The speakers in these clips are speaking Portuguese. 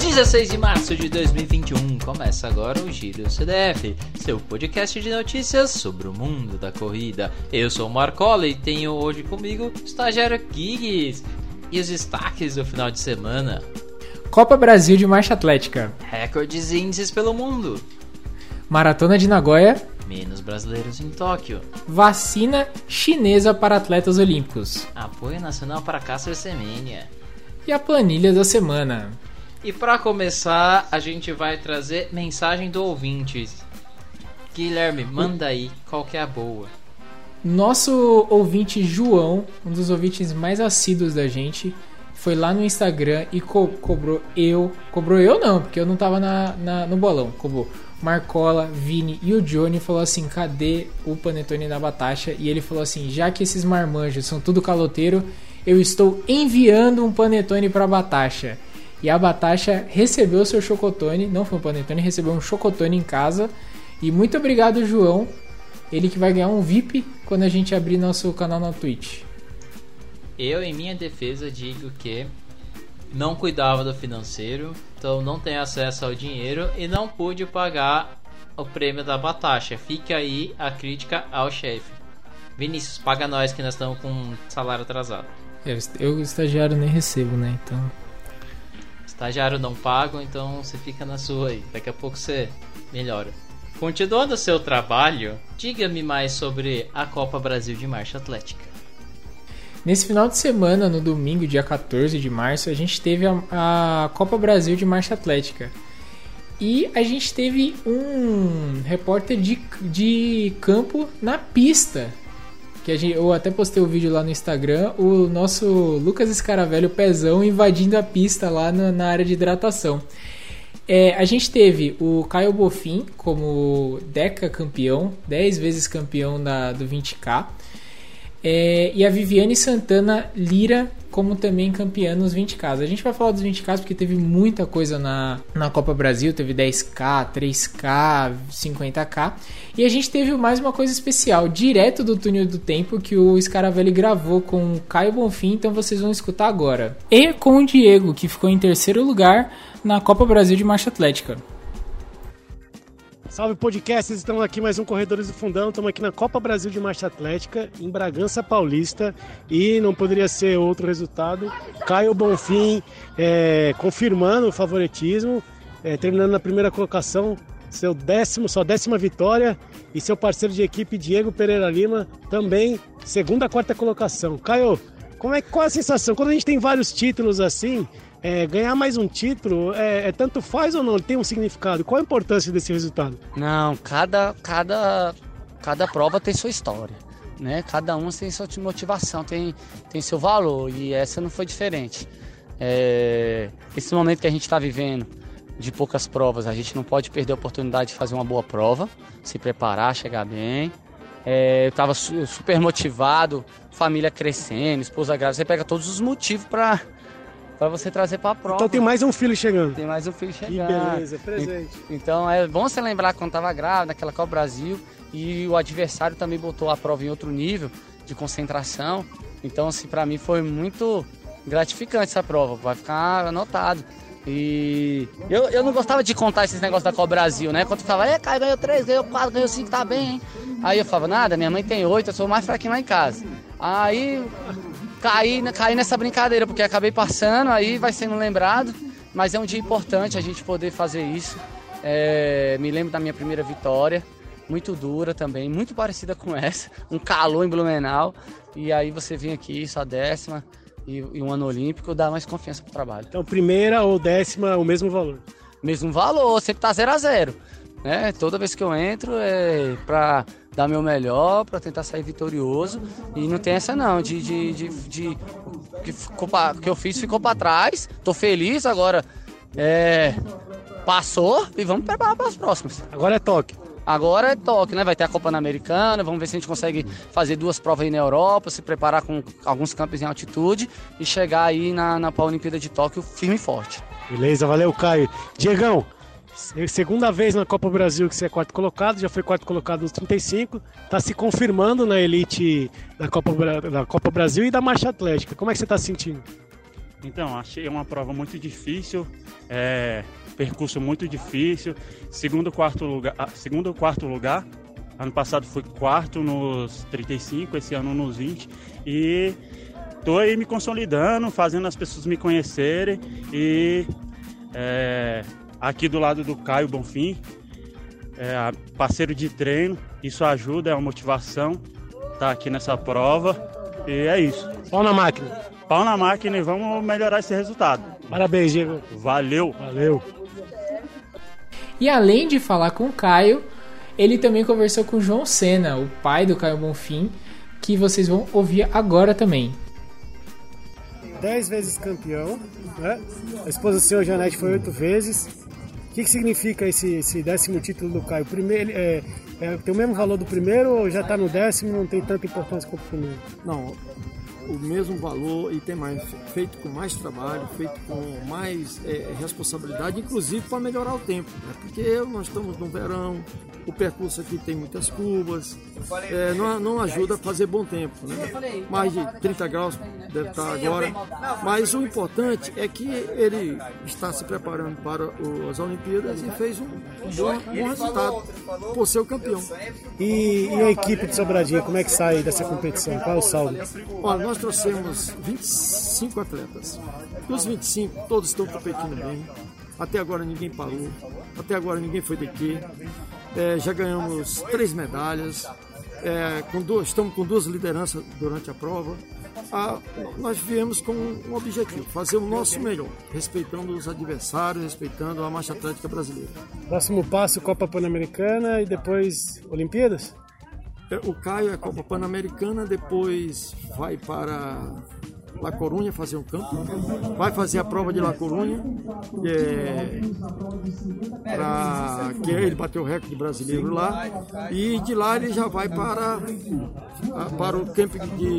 16 de março de 2021, começa agora o Giro CDF, seu podcast de notícias sobre o mundo da corrida. Eu sou o Marcola e tenho hoje comigo o estagiário Giggs. E os destaques do final de semana: Copa Brasil de Marcha Atlética, recordes e índices pelo mundo, Maratona de Nagoya, menos brasileiros em Tóquio, vacina chinesa para atletas olímpicos, apoio nacional para Caster Semenya e a planilha da semana. E para começar, a gente vai trazer mensagem do ouvinte. Guilherme, manda aí, qual que é a boa? Nosso ouvinte João, um dos ouvintes mais assíduos da gente, foi lá no Instagram e cobrou eu não, porque eu não tava no bolão, cobrou Marcola, Vini e o Johnny, falou assim: cadê o panetone da Batasha? E ele falou assim: já que esses marmanjos são tudo caloteiro, eu estou enviando um panetone pra Batasha. E a Batasha recebeu seu chocotone, não foi um panetone, recebeu um chocotone em casa. E muito obrigado, João, ele que vai ganhar um VIP quando a gente abrir nosso canal na Twitch. Eu, em minha defesa, digo que não cuidava do financeiro, então não tenho acesso ao dinheiro e não pude pagar o prêmio da Batasha. Fica aí a crítica ao chefe. Vinícius, paga nós que nós estamos com salário atrasado. Eu, estagiário, nem recebo, né? Então... estagiário não pago, então você fica na sua aí. Daqui a pouco você melhora. Continuando o seu trabalho, diga-me mais sobre a Copa Brasil de Marcha Atlética. Nesse final de semana, no domingo, dia 14 de março, a gente teve a Copa Brasil de Marcha Atlética. E a gente teve um repórter de campo na pista. Eu até postei o vídeo lá no Instagram, o nosso Lucas Scaravelli, Pezão, invadindo a pista lá na área de hidratação. A gente teve o Caio Bofin como decacampeão, 10 vezes campeão do 20K. E a Viviane Santana Lira como também campeã nos 20K. A gente vai falar dos 20K porque teve muita coisa na Copa Brasil. Teve 10K, 3K, 50K. E a gente teve mais uma coisa especial, direto do Túnel do Tempo, que o Scaravelli gravou com o Caio Bonfim. Então vocês vão escutar agora. E com o Diego, que ficou em terceiro lugar na Copa Brasil de Marcha Atlética. Salve podcast, estamos aqui mais um Corredores do Fundão, estamos aqui na Copa Brasil de Marcha Atlética, em Bragança Paulista, e não poderia ser outro resultado. Caio Bonfim confirmando o favoritismo, terminando na primeira colocação, sua 10ª vitória, e seu parceiro de equipe Diego Pereira Lima também, segunda, quarta colocação. Caio, qual a sensação? Quando a gente tem vários títulos assim, ganhar mais um título, tanto faz ou não? Tem um significado? Qual a importância desse resultado? Não, cada prova tem sua história, né? Cada uma tem sua motivação, tem seu valor, e essa não foi diferente. Esse momento que a gente está vivendo, de poucas provas, a gente não pode perder a oportunidade de fazer uma boa prova, se preparar, chegar bem. Eu estava super motivado, família crescendo, esposa grávida, você pega todos os motivos para você trazer para a prova. Então tem mais um filho chegando. Tem mais um filho chegando. Que beleza, presente. Então é bom você lembrar quando estava grávida, naquela Copa Brasil, e o adversário também botou a prova em outro nível de concentração. Então, assim, para mim foi muito gratificante essa prova, vai ficar anotado. E eu não gostava de contar esses negócios da Copa Brasil, né? Quando eu falava, Caio ganhou 3, ganhou 4, ganhou 5, tá bem, hein? Aí eu falava, nada, minha mãe tem 8, eu sou mais fraquinho lá em casa. Aí caí nessa brincadeira, porque acabei passando, aí vai sendo lembrado, mas é um dia importante a gente poder fazer isso. Me lembro da minha primeira vitória, muito dura também, muito parecida com essa, um calor em Blumenau, e aí você vem aqui, sua 10ª, e um ano olímpico dá mais confiança pro trabalho. Então primeira ou 10ª, o mesmo valor? Mesmo valor, sempre tá 0-0, né? Toda vez que eu entro é pra dar meu melhor, para tentar sair vitorioso, e não tem essa não, que eu fiz ficou para trás, tô feliz agora, passou e vamos preparar para as próximas. Agora é Tóquio. Agora é Tóquio, né? Vai ter a Copa Pan-Americana, vamos ver se a gente consegue fazer 2 provas aí na Europa, se preparar com alguns campos em altitude e chegar aí na Olimpíada de Tóquio firme e forte. Beleza, valeu, Caio. Diegão, segunda vez na Copa Brasil que você é quarto colocado, já foi quarto colocado nos 35, está se confirmando na elite da Copa Brasil e da Marcha Atlética. Como é que você está se sentindo? Então, achei uma prova muito difícil, percurso muito difícil, segundo, quarto lugar. Ano passado fui quarto nos 35, esse ano nos 20. E tô aí me consolidando, fazendo as pessoas me conhecerem. E aqui do lado do Caio Bonfim, parceiro de treino, isso ajuda, é uma motivação estar aqui nessa prova. E é isso. Pau na máquina. Pau na máquina e vamos melhorar esse resultado. Parabéns, Diego. Valeu. E além de falar com o Caio, ele também conversou com o João Sena, o pai do Caio Bonfim, que vocês vão ouvir agora também. 10 vezes campeão, né? A esposa do senhor Janete foi 8 vezes. O que significa esse 10º título do Caio? Primeiro, tem o mesmo valor do primeiro ou já está no 10º e não tem tanta importância quanto o primeiro? Não, o mesmo valor e tem mais, feito com mais trabalho, feito com mais responsabilidade, inclusive para melhorar o tempo, né? Porque nós estamos no verão, o percurso aqui tem muitas curvas, não ajuda a fazer bom tempo, né? Mais de 30 graus deve estar agora, mas o importante é que ele está se preparando para as Olimpíadas e fez um bom resultado por ser o campeão. E a equipe de Sobradinho, como é que sai dessa competição? Qual é o saldo? Olha, nós trouxemos 25 atletas. Dos 25, todos estão competindo bem. Até agora ninguém parou. Até agora ninguém foi daqui. Já ganhamos 3 medalhas. Estamos com 2 lideranças durante a prova. Nós viemos com um objetivo, fazer o nosso melhor, respeitando os adversários, respeitando a marcha atlética brasileira. Próximo passo, Copa Pan-Americana e depois Olimpíadas? O Caio é Copa Pan-Americana, depois vai para La Corunha fazer um campo, vai fazer a prova de La Corunha, que ele bateu o recorde brasileiro lá, e de lá ele já vai para o campo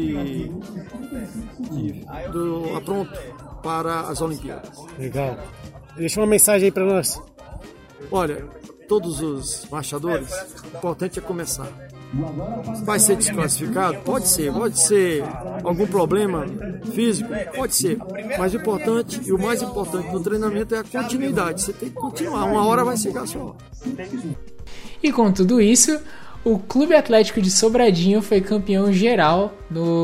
do Apronto para as Olimpíadas. Legal. Deixa uma mensagem aí para nós. Olha, todos os marchadores, o importante é começar. Vai ser desclassificado? Pode ser algum problema físico? Pode ser, mas o importante e o mais importante no treinamento é a continuidade. Você tem que continuar, uma hora vai chegar a sua hora. E com tudo isso, o Clube Atlético de Sobradinho foi campeão geral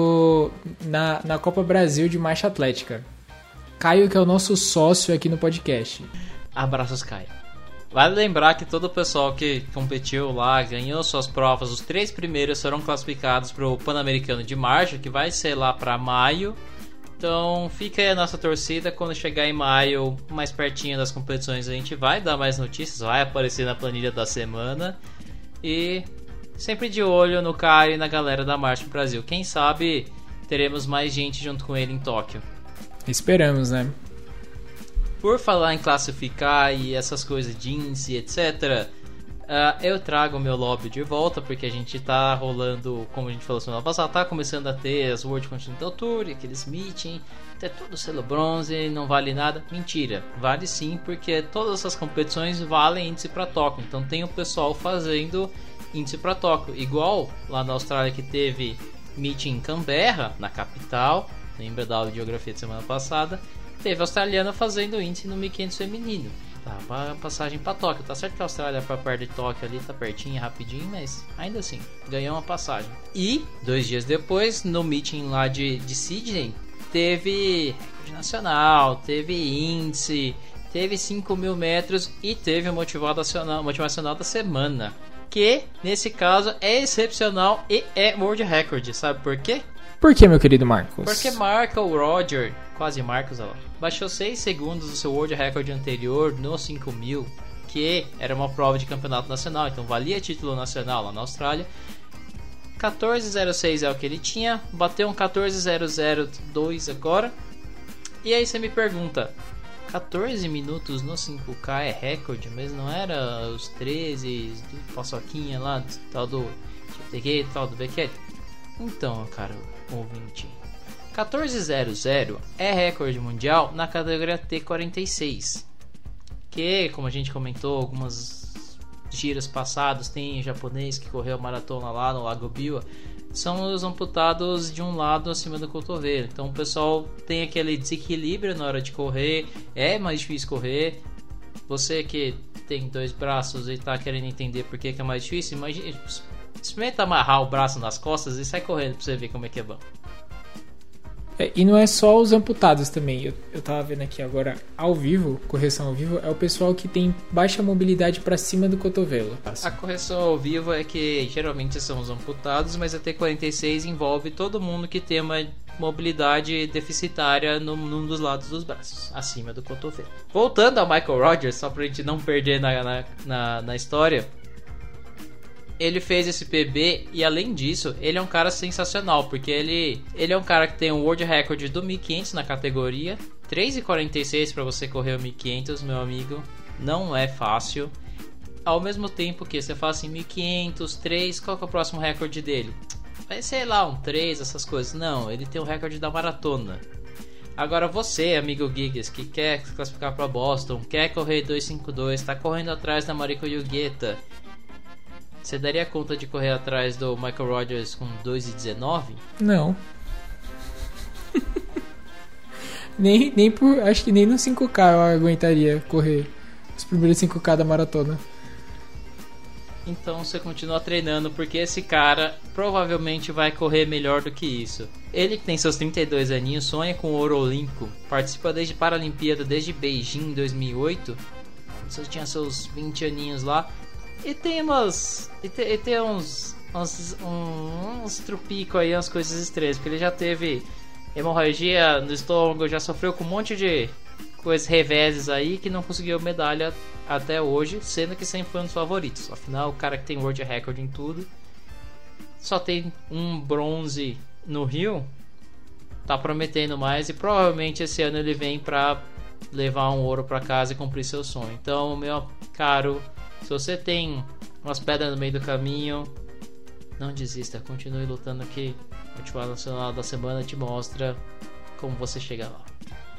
na Copa Brasil de Marcha Atlética. Caio, que é o nosso sócio aqui no podcast. Abraços, Caio. Vale lembrar que todo o pessoal que competiu lá, ganhou suas provas, os 3 primeiros foram classificados para o Pan-Americano de Marcha, que vai ser lá para maio. Então fica aí a nossa torcida, quando chegar em maio, mais pertinho das competições, a gente vai dar mais notícias, vai aparecer na planilha da semana. E sempre de olho no Caio e na galera da Marcha do Brasil. Quem sabe teremos mais gente junto com ele em Tóquio. Esperamos, né? Por falar em classificar e essas coisas de índice, etc., eu trago o meu lobby de volta, porque a gente tá rolando, como a gente falou semana passada, tá começando a ter as World Continental Tour, aqueles meeting, até tudo selo bronze, não vale nada. Mentira, vale sim, porque todas essas competições valem índice para Tóquio. Então tem o pessoal fazendo índice para Tóquio, igual lá na Austrália que teve meeting em Canberra, na capital, lembra da aula de geografia de semana passada. Teve a australiana fazendo índice no 1500 feminino. Tá, passagem pra Tóquio. Tá certo que a Austrália pra perto de Tóquio ali, tá pertinho, rapidinho, mas ainda assim, ganhou uma passagem. E, 2 dias depois, no meeting lá de Sydney, teve recorde nacional, teve índice, teve 5.000 metros e teve o motivacional da semana. Que, nesse caso, é excepcional e é World Record. Sabe por quê? Por que, meu querido Marcos? Porque marca o Roger, quase Marcos, ó, baixou 6 segundos do seu World Record anterior no 5.000, que era uma prova de campeonato nacional, então valia título nacional lá na Austrália. 14.06 é o que ele tinha, bateu um 14.002 agora. E aí você me pergunta, 14 minutos no 5K é recorde, mas não era os 13 do Paçoquinha lá, tal do GTQ, tal do Beckett? Então, cara, ouvinte, 14.00 é recorde mundial na categoria T46, que, como a gente comentou algumas giras passadas, tem japonês que correu a maratona lá no Lago Biwa, são os amputados de um lado acima do cotovelo. Então o pessoal tem aquele desequilíbrio na hora de correr, é mais difícil correr. Você que tem 2 braços e tá querendo entender por que é mais difícil, imagina, experimenta amarrar o braço nas costas e sai correndo pra você ver como é que é bom. E não é só os amputados também. Eu tava vendo aqui agora ao vivo, correção ao vivo, é o pessoal que tem baixa mobilidade para cima do cotovelo. A correção ao vivo é que geralmente são os amputados, mas a T46 envolve todo mundo que tem uma mobilidade deficitária num dos lados dos braços, acima do cotovelo. Voltando ao Michael Rogers, só pra gente não perder na história. Ele fez esse PB e além disso, ele é um cara sensacional, porque ele é um cara que tem um World Record do 1500 na categoria, 3:46 para você correr o 1500, meu amigo, não é fácil. Ao mesmo tempo que você fala assim, 1500, 3, qual que é o próximo recorde dele? Vai sei lá, um 3, essas coisas. Não, ele tem o recorde da maratona. Agora você, amigo Gigas, que quer se classificar para Boston, quer correr 2:52, tá correndo atrás da Mariko Yugeta, você daria conta de correr atrás do Michael Rogers com 2:19? Não. Acho que nem no 5K eu aguentaria correr os primeiros 5K da maratona. Então você continua treinando, porque esse cara provavelmente vai correr melhor do que isso. Ele que tem seus 32 aninhos, sonha com o ouro olímpico, participa desde Paralimpíada, desde Beijing em 2008. Você tinha seus 20 aninhos lá. E tem uns trupicos aí, umas coisas estranhas, porque ele já teve hemorragia no estômago, já sofreu com um monte de coisas reveses aí que não conseguiu medalha até hoje, sendo que sempre foi um dos favoritos. Afinal, o cara que tem World Record em tudo, só tem um bronze no Rio, tá prometendo mais e provavelmente esse ano ele vem pra levar um ouro pra casa e cumprir seu sonho. Então, meu caro, se você tem umas pedras no meio do caminho, não desista, continue lutando que o Ultimado Nacional da Semana te mostra como você chega lá.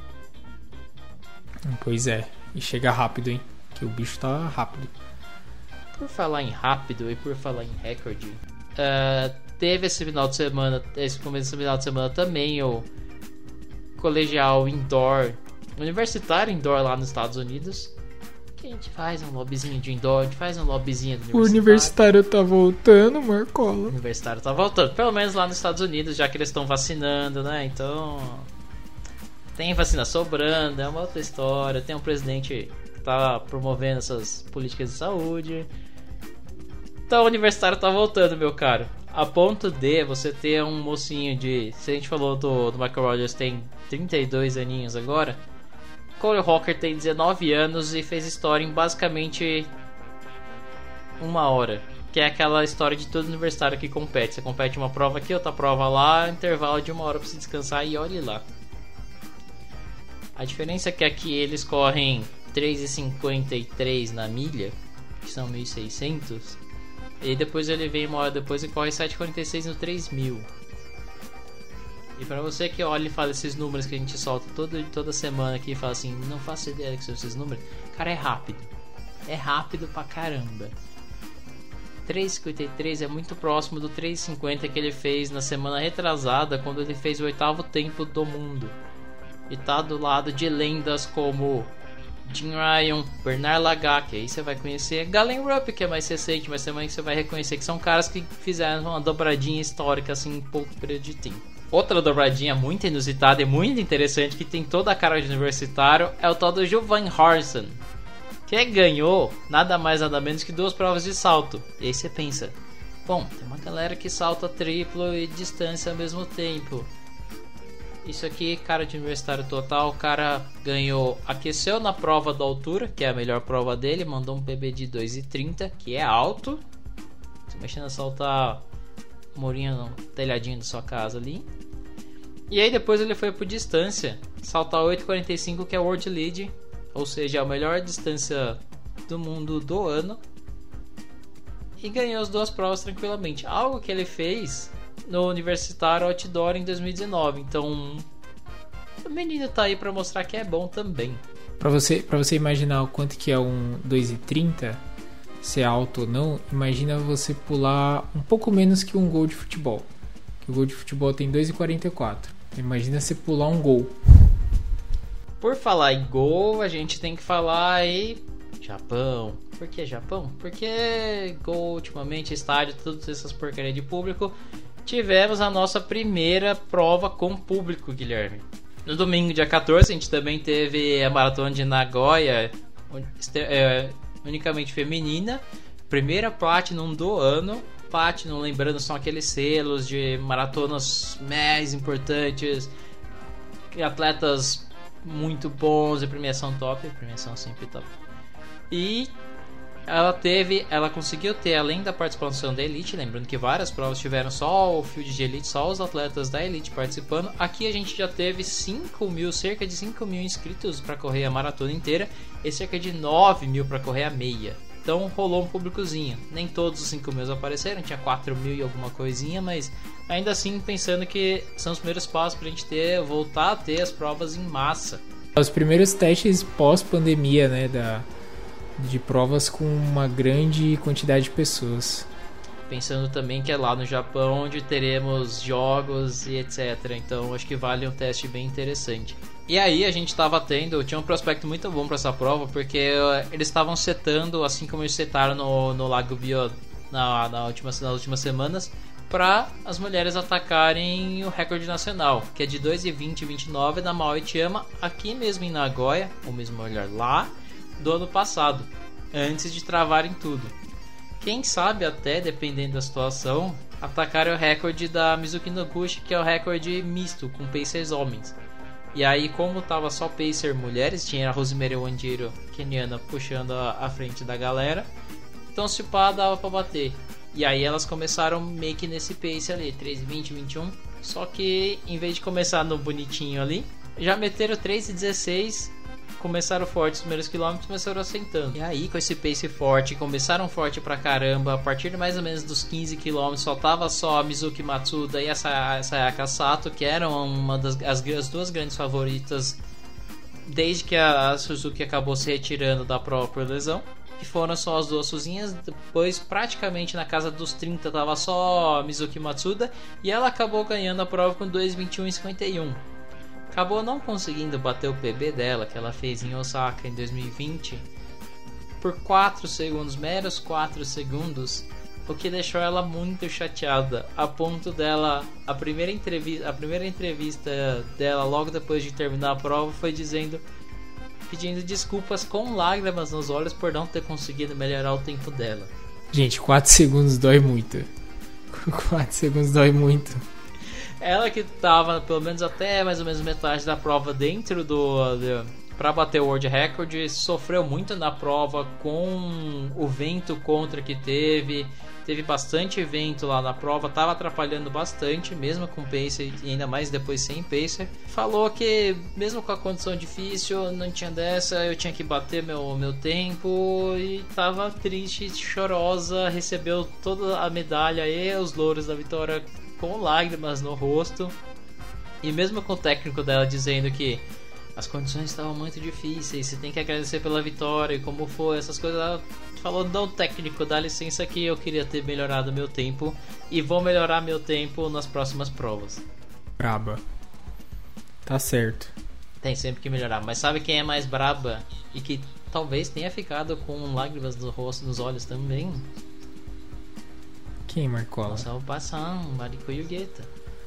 Pois é, e chega rápido, hein? Que o bicho tá rápido. Por falar em rápido e por falar em recorde, teve esse final de semana, esse começo do final de semana também o colegial indoor, universitário indoor lá nos Estados Unidos. Que a gente faz um lobbyzinho de indoor, a gente faz um lobbyzinho do universitário. O universitário tá voltando, Marcola. O universitário tá voltando, pelo menos lá nos Estados Unidos, já que eles estão vacinando, né? Então, tem vacina sobrando, é uma outra história. Tem um presidente que tá promovendo essas políticas de saúde. Então, o universitário tá voltando, meu caro. A ponto de você ter um mocinho de... Se a gente falou do Michael Rogers, tem 32 aninhos agora. Cole Hawker tem 19 anos e fez história em basicamente 1 hora. Que é aquela história de todo universitário que compete. Você compete uma prova aqui, outra prova lá, intervalo de 1 hora pra você descansar e olhe lá. A diferença é que aqui eles correm 3:53 na milha, que são 1.600. E depois ele vem 1 hora depois e corre 7:46 no 3.000. E pra você que olha e fala esses números que a gente solta toda semana aqui e fala assim, não faço ideia que são esses números, cara, é rápido. É rápido pra caramba. 3:53 é muito próximo do 3:50 que ele fez na semana retrasada, quando ele fez o 8º tempo do mundo. E tá do lado de lendas como Jim Ryan, Bernard Lagat, que aí você vai conhecer, Galen Rupp, que é mais recente, mas também você vai reconhecer que são caras que fizeram uma dobradinha histórica assim em pouco período de tempo. Outra dobradinha muito inusitada e muito interessante, que tem toda a cara de universitário, é o tal do Jovan Harson, que ganhou nada mais nada menos que 2 provas de salto. E aí você pensa, bom, tem uma galera que salta triplo e distância ao mesmo tempo. Isso aqui, cara de universitário total, o cara ganhou, aqueceu na prova da altura, que é a melhor prova dele, mandou um PB de 2:30, que é alto. Você imagina saltar murinho no telhadinho da sua casa ali. E aí depois ele foi por distância, saltar 8:45, que é o World Lead, ou seja, a melhor distância do mundo do ano. E ganhou as 2 provas tranquilamente. Algo que ele fez no Universitário Outdoor em 2019. Então o menino tá aí pra mostrar que é bom também. Pra você imaginar o quanto que é um 2:30, se é alto ou não, imagina você pular um pouco menos que um gol de futebol. O gol de futebol tem 2,44. Imagina você pular um gol. Por falar em gol, a gente tem que falar aí Japão. Por que Japão? Porque gol ultimamente, estádio, todas essas porcarias de público. Tivemos a nossa primeira prova com público, Guilherme. No domingo, dia 14, a gente também teve a maratona de Nagoya, unicamente feminina. Primeira Platinum do ano. Platinum, lembrando, são aqueles selos de maratonas mais importantes, atletas muito bons e premiação top. Premiação sempre top. E ela conseguiu ter, além da participação da Elite, lembrando que várias provas tiveram só o field de Elite, só os atletas da Elite participando. Aqui a gente já teve cerca de 5 mil inscritos para correr a maratona inteira e cerca de 9 mil para correr a meia. Então rolou um públicozinho. Nem todos os 5 mil apareceram, tinha 4 mil e alguma coisinha, mas ainda assim pensando que são os primeiros passos para a gente voltar a ter as provas em massa. Os primeiros testes pós-pandemia, né, de provas com uma grande quantidade de pessoas. Pensando também que é lá no Japão onde teremos jogos e etc. Então acho que vale um teste bem interessante. E aí a gente estava tinha um prospecto muito bom para essa prova, porque eles estavam setando, assim como eles setaram no Lago Biot nas últimas semanas, para as mulheres atacarem o recorde nacional, que é de 2:20:29 na Maoichiyama, aqui mesmo em Nagoya, ou mesmo melhor lá, do ano passado, antes de travarem tudo. Quem sabe até, dependendo da situação, atacarem o recorde da Mizuki Noguchi, que é o recorde misto, com pacers homens. E aí, como tava só pacer mulheres, tinha a Rosemary Wanjiro, keniana, puxando a frente da galera, então se pá, dava pra bater. E aí elas começaram meio que nesse pace ali, 3:20:21, só que em vez de começar no bonitinho ali, já meteram 3:16. Começaram forte os primeiros quilômetros, começaram assentando. E aí, com esse pace forte, começaram forte pra caramba. A partir de mais ou menos dos 15 quilômetros, só tava só a Mizuki Matsuda e a Sayaka Sato, que eram as duas grandes favoritas desde que a Suzuki acabou se retirando da prova por lesão. Que foram só as duas sozinhas. Depois, praticamente na casa dos 30, tava só a Mizuki Matsuda. E ela acabou ganhando a prova com 2:21:51. Acabou não conseguindo bater o PB dela, que ela fez em Osaka em 2020, por 4 segundos, meros 4 segundos, o que deixou ela muito chateada, a ponto dela, a primeira entrevista dela logo depois de terminar a prova foi pedindo desculpas com lágrimas nos olhos por não ter conseguido melhorar o tempo dela. Gente, 4 segundos dói muito. 4 segundos dói muito. Ela que tava pelo menos até mais ou menos metade da prova dentro para bater o World Record, sofreu muito na prova com o vento contra que teve bastante vento lá na prova, tava atrapalhando bastante, mesmo com pacer e ainda mais depois sem pacer. Falou que mesmo com a condição difícil, não tinha dessa, eu tinha que bater meu tempo e tava triste, chorosa, recebeu toda a medalha e os louros da vitória com lágrimas no rosto, e mesmo com o técnico dela dizendo que as condições estavam muito difíceis, você tem que agradecer pela vitória e como foi, essas coisas, ela falou: não, técnico, dá licença que eu queria ter melhorado meu tempo e vou melhorar meu tempo nas próximas provas. Braba. Tá certo. Tem sempre que melhorar, mas sabe quem é mais braba e que talvez tenha ficado com lágrimas no rosto, nos olhos também? Quem, Marcola? Nossa, o Passan, Mariko Yugeta.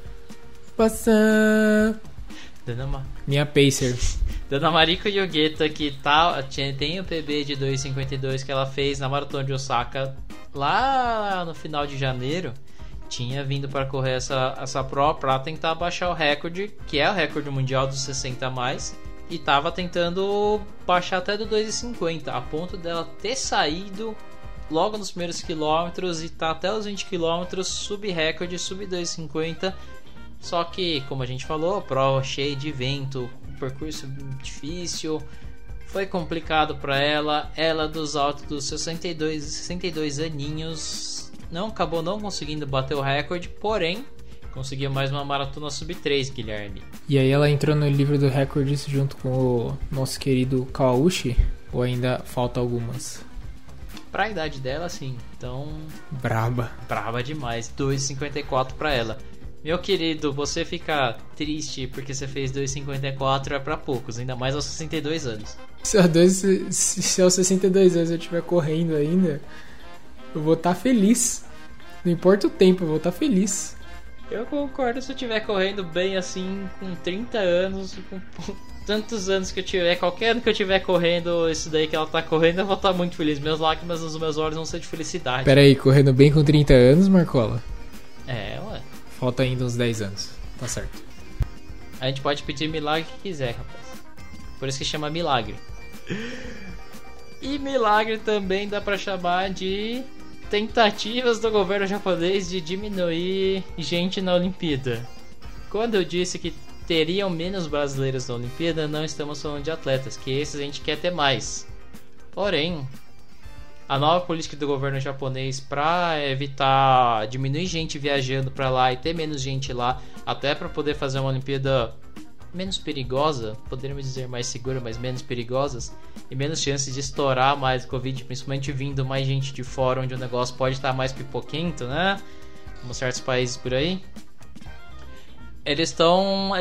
Passan. Minha pacer. Dona Mariko Yugeta, que tem o PB de 2:52 que ela fez na maratona de Osaka lá no final de janeiro. Tinha vindo para correr essa prova para tentar baixar o recorde, que é o recorde mundial dos 60 a mais, e tava tentando baixar até do 2:50, a ponto dela ter saído logo nos primeiros quilômetros e tá até os 20 quilômetros sub-recorde, sub-2:50. Só que, como a gente falou, prova cheia de vento, percurso difícil, foi complicado para ela dos altos dos 62 aninhos, acabou não conseguindo bater o recorde, porém conseguiu mais uma maratona sub-3, Guilherme. E aí ela entrou no livro do recordes junto com o nosso querido Kawauchi, ou ainda falta algumas? Pra idade dela, sim. Então... Braba demais. 2:54 pra ela. Meu querido, você fica triste porque você fez 2,54 é pra poucos, ainda mais aos 62 anos. Se aos 62 anos eu estiver correndo ainda, eu vou estar feliz. Não importa o tempo, eu vou estar feliz. Eu concordo, se eu estiver correndo bem assim, com 30 anos, com tantos anos que eu tiver, qualquer ano que eu estiver correndo, isso daí que ela tá correndo, eu vou estar muito feliz. Meus lágrimas nos meus olhos vão ser de felicidade. Pera aí, correndo bem com 30 anos, Marcola? É, ué. Falta ainda uns 10 anos, tá certo. A gente pode pedir milagre que quiser, rapaz. Por isso que chama milagre. E milagre também dá pra chamar de tentativas do governo japonês de diminuir gente na Olimpíada. Quando eu disse que teriam menos brasileiros na Olimpíada, não estamos falando de atletas, que esses a gente quer ter mais. Porém, a nova política do governo japonês para evitar diminuir gente viajando para lá e ter menos gente lá, até para poder fazer uma Olimpíada menos perigosa, poderíamos dizer mais segura, mas menos perigosas, e menos chances de estourar mais o Covid, principalmente vindo mais gente de fora, onde o negócio pode estar mais pipoquento, né? Como certos países por aí. Eles estão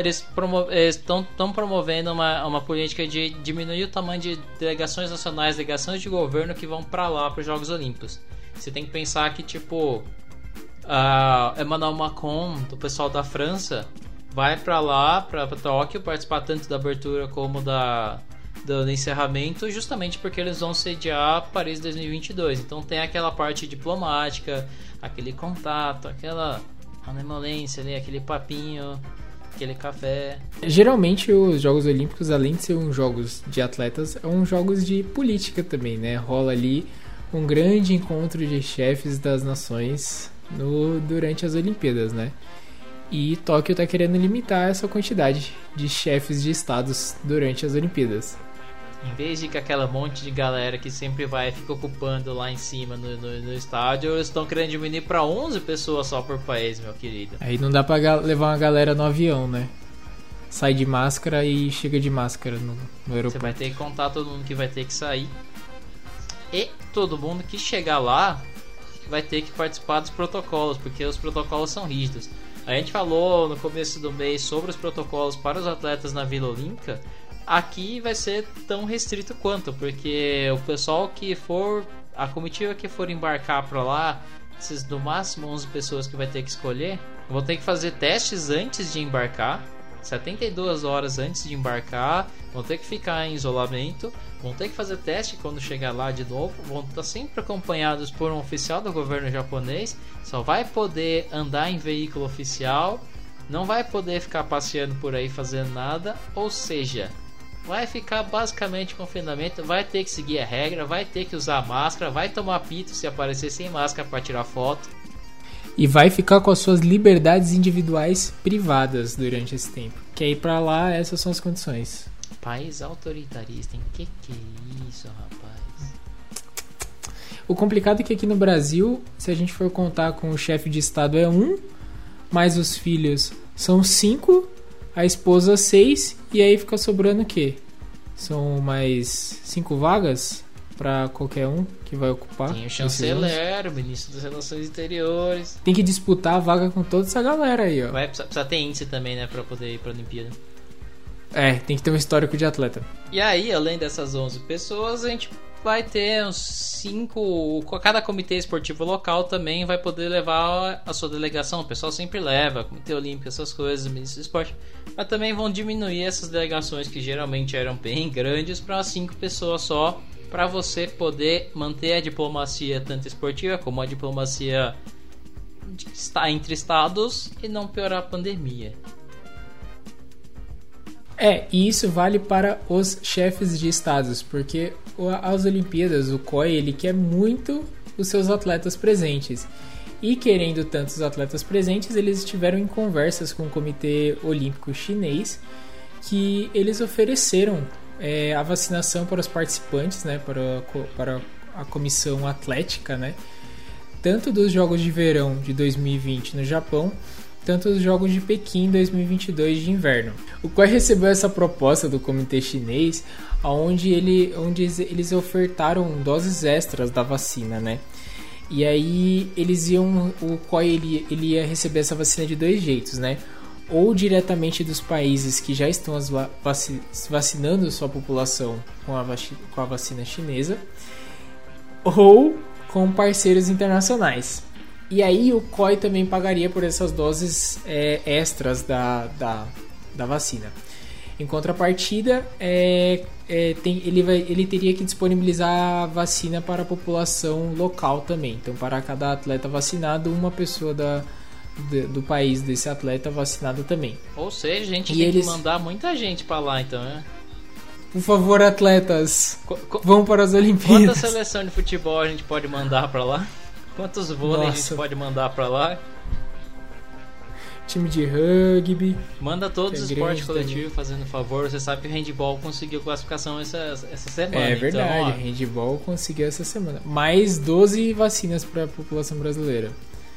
promovendo uma política de diminuir o tamanho de delegações nacionais, delegações de governo que vão para lá para os Jogos Olímpicos. Você tem que pensar que, tipo, Emmanuel Macron, do pessoal da França, vai para lá, para Tóquio, participar tanto da abertura como do encerramento, justamente porque eles vão sediar Paris 2022. Então tem aquela parte diplomática, aquele contato, aquela malemolência ali, aquele papinho, aquele café. Geralmente os Jogos Olímpicos, além de ser uns jogos de atletas, são jogos de política também, né? Rola ali um grande encontro de chefes das nações durante as Olimpíadas, né? E Tóquio tá querendo limitar essa quantidade de chefes de estados durante as Olimpíadas. Em vez de que aquela monte de galera que sempre fica ocupando lá em cima no estádio, eles estão querendo diminuir para 11 pessoas só por país, meu querido. Aí não dá pra levar uma galera no avião, né? Sai de máscara e chega de máscara no aeroporto. Você vai ter que contar todo mundo que vai ter que sair. E todo mundo que chegar lá vai ter que participar dos protocolos, porque os protocolos são rígidos. A gente falou no começo do mês sobre os protocolos para os atletas na Vila Olímpica. Aqui vai ser tão restrito quanto, porque o pessoal que for, a comitiva que for embarcar para lá, esses no máximo 11 pessoas que vai ter que escolher, vão ter que fazer testes antes de embarcar, 72 horas antes de embarcar, vão ter que ficar em isolamento, vão ter que fazer teste quando chegar lá de novo, vão estar sempre acompanhados por um oficial do governo japonês, só vai poder andar em veículo oficial, não vai poder ficar passeando por aí fazendo nada, ou seja, vai ficar basicamente em confinamento, vai ter que seguir a regra, vai ter que usar máscara, vai tomar pito se aparecer sem máscara para tirar foto. E vai ficar com as suas liberdades individuais privadas durante esse tempo. Que aí pra lá, essas são as condições. País autoritarista, hein? Que é isso, rapaz? O complicado é que aqui no Brasil, se a gente for contar com o chefe de estado é 1, mais os filhos são 5, a esposa 6, e aí fica sobrando o quê? São mais 5 vagas pra qualquer um que vai ocupar. Tem o chanceler, o ministro das Relações Exteriores. Tem que disputar a vaga com toda essa galera aí, ó. Precisa ter índice também, né, pra poder ir pra Olimpíada. É, tem que ter um histórico de atleta. E aí, além dessas 11 pessoas, a gente vai ter uns 5... Cada comitê esportivo local também vai poder levar a sua delegação. O pessoal sempre leva, Comitê Olímpico, essas coisas, o Ministério do Esporte. Mas também vão diminuir essas delegações que geralmente eram bem grandes para 5 pessoas só, para você poder manter a diplomacia tanto esportiva como a diplomacia entre estados e não piorar a pandemia. E isso vale para os chefes de estados, porque as Olimpíadas, o COI, ele quer muito os seus atletas presentes. E querendo tantos atletas presentes, eles estiveram em conversas com o Comitê Olímpico Chinês, que eles ofereceram a vacinação para os participantes, né, para a comissão atlética, né, tanto dos Jogos de Verão de 2020 no Japão, tanto os Jogos de Pequim 2022 de inverno. O COI recebeu essa proposta do comitê chinês, onde eles ofertaram doses extras da vacina, né? E aí o COI ele ia receber essa vacina de 2 jeitos, né? Ou diretamente dos países que já estão vacinando sua população com a vacina chinesa, ou com parceiros internacionais. E aí o COI também pagaria por essas doses extras da vacina. Em contrapartida, ele teria que disponibilizar a vacina para a população local também. Então, para cada atleta vacinado, uma pessoa do país desse atleta vacinada também. Ou seja, a gente tem que mandar muita gente para lá, então, né? Por favor, atletas, vão para as Olimpíadas. Quanta seleção de futebol a gente pode mandar para lá? Quantos vôlei a gente pode mandar para lá? Time de rugby. Manda todos os esportes coletivos, fazendo favor. Você sabe que o handball conseguiu classificação essa semana. É verdade, então, o handball conseguiu essa semana. Mais 12 vacinas para a população brasileira.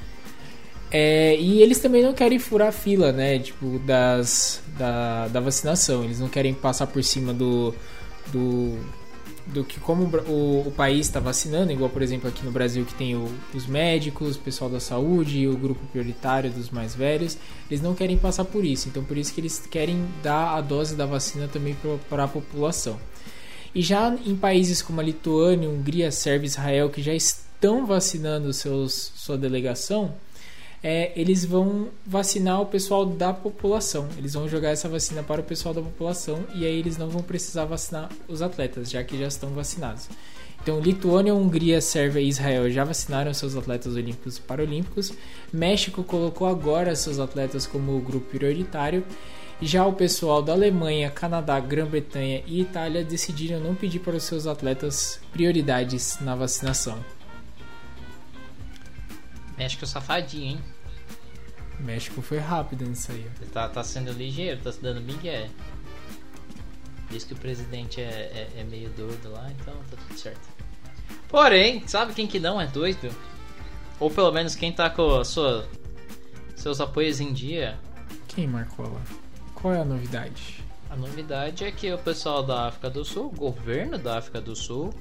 E eles também não querem furar a fila, né? Tipo, da vacinação. Eles não querem passar por cima do que como o país está vacinando, igual por exemplo aqui no Brasil que tem os médicos, o pessoal da saúde e o grupo prioritário dos mais velhos. Eles não querem passar por isso, então por isso que eles querem dar a dose da vacina também para a população. E já em países como a Lituânia, Hungria, Sérvia e Israel, que já estão vacinando sua delegação, eles vão vacinar o pessoal da população. Eles vão jogar essa vacina para o pessoal da população e aí eles não vão precisar vacinar os atletas, já que já estão vacinados. Então, Lituânia, Hungria, Sérvia e Israel já vacinaram seus atletas olímpicos e paralímpicos. México colocou agora seus atletas como grupo prioritário. Já o pessoal da Alemanha, Canadá, Grã-Bretanha e Itália decidiram não pedir para os seus atletas prioridades na vacinação. México safadinho, hein? México foi rápido nisso aí. Tá sendo ligeiro, tá se dando migué. Diz que o presidente é meio doido lá, então tá tudo certo. Porém, sabe quem que não é doido? Ou pelo menos quem tá com seus apoios em dia? Quem, Marcola? Qual é a novidade? A novidade é que o pessoal da África do Sul, o governo da África do Sul,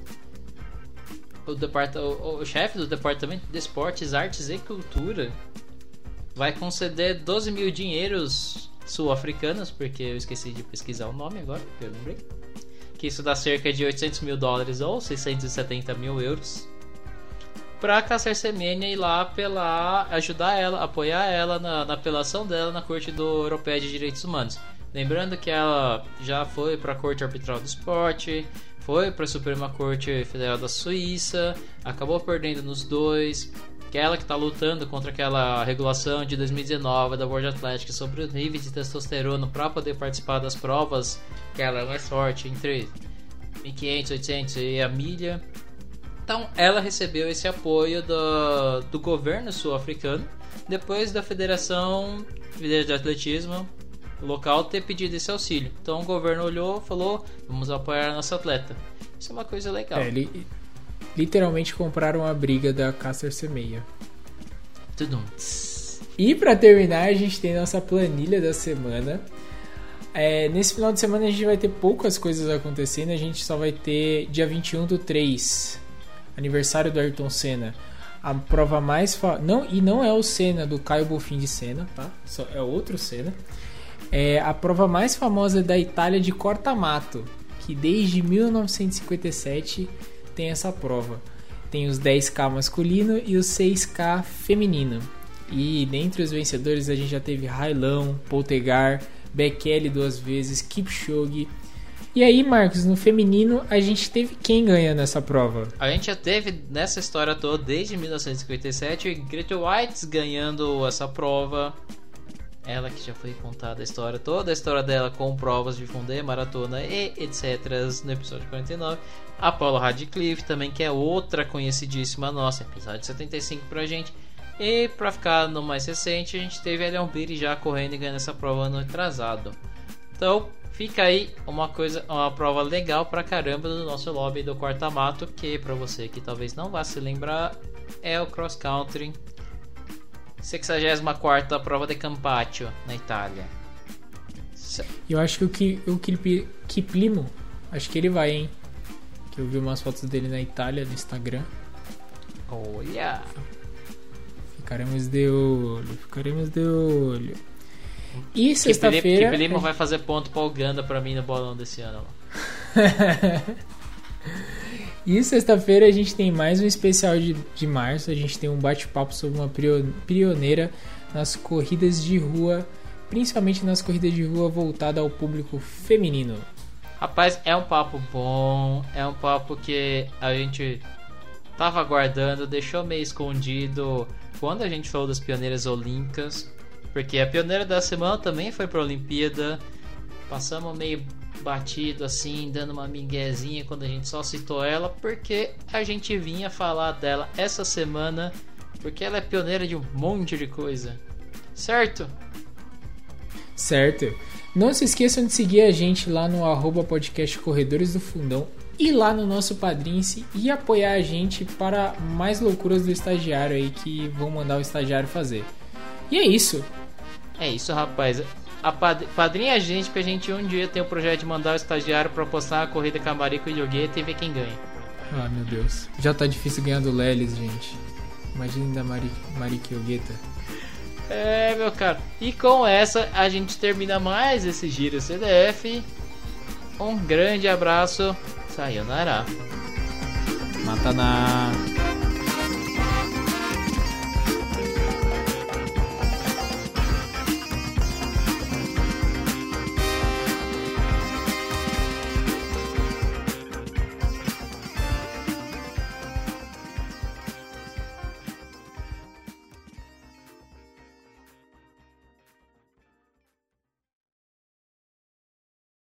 o chefe do Departamento de Esportes, Artes e Cultura vai conceder 12 mil dinheiros sul-africanos, porque eu esqueci de pesquisar o nome agora, que eu lembrei, que isso dá cerca de $800 mil ou 670 mil euros, para Caster Semenya ir lá ajudar ela, apoiar ela na apelação dela na Corte Europeia de Direitos Humanos. Lembrando que ela já foi para a Corte Arbitral do Esporte, foi para a Suprema Corte Federal da Suíça, acabou perdendo nos dois. Que é ela que está lutando contra aquela regulação de 2019 da World Athletics sobre o nível de testosterona para poder participar das provas, que ela é mais forte entre 1.500, 800 e a milha. Então ela recebeu esse apoio do governo sul-africano depois da Federação de Atletismo local ter pedido esse auxílio. Então o governo olhou e falou: vamos apoiar a nossa atleta. Isso é uma coisa legal. Literalmente compraram a briga da Caster Semenya. Tudum. E pra terminar, a gente tem nossa planilha da semana. Nesse final de semana a gente vai ter poucas coisas acontecendo. A gente só vai ter dia 21/3, aniversário do Ayrton Senna. A prova mais não é o Senna do Caio Bonfim de Senna, tá? É outro Senna. A prova mais famosa da Itália de corta-mato, que desde 1957 tem essa prova. Tem os 10K masculino e os 6K feminino. E dentre os vencedores a gente já teve Railão, Poltegar, Bekele 2 vezes, Kipchoge. E aí, Marcos, no feminino a gente teve quem ganhando essa prova? A gente já teve nessa história toda desde 1957 Grete Waitz ganhando essa prova. Ela que já foi contada toda a história dela com provas de fundê, maratona e etc. no episódio 49. A Paula Radcliffe também, que é outra conhecidíssima nossa, episódio 75 pra gente. E pra ficar no mais recente, a gente teve a Leon Biri já correndo e ganhando essa prova no atrasado. Então fica aí uma prova legal pra caramba do nosso lobby do corta-mato, que pra você que talvez não vá se lembrar, é o cross country. 64ª prova de Campaccio na Itália. Eu acho que o Kiplimo, acho que ele vai, hein? Que eu vi umas fotos dele na Itália no Instagram. Olha! Ficaremos de olho. E Kipe sexta-feira... Lima vai fazer ponto pra Uganda pra mim no bolão desse ano. E sexta-feira a gente tem mais um especial de março. A gente tem um bate-papo sobre uma pioneira nas corridas de rua, principalmente nas corridas de rua voltada ao público feminino. Rapaz, é um papo bom, é um papo que a gente tava aguardando, deixou meio escondido quando a gente falou das pioneiras olímpicas, porque a pioneira da semana também foi pra Olimpíada. Passamos meio batido assim, dando uma miguezinha quando a gente só citou ela, porque a gente vinha falar dela essa semana, porque ela é pioneira de um monte de coisa, certo? Certo. Não se esqueçam de seguir a gente lá no @podcast Corredores do Fundão e lá no nosso Padrince e apoiar a gente para mais loucuras do estagiário aí que vão mandar o estagiário fazer. E é isso. É isso, rapaz. Padrinha a gente, pra gente um dia ter o projeto de mandar o estagiário pra postar a corrida Camarico e Yogueta e ver quem ganha. Ah, meu Deus. Já tá difícil ganhar do Lelis, gente. Imagina da Marique Yogueta. É, meu caro. E com essa a gente termina mais esse Giro CDF. Um grande abraço. Sayonara. Matana.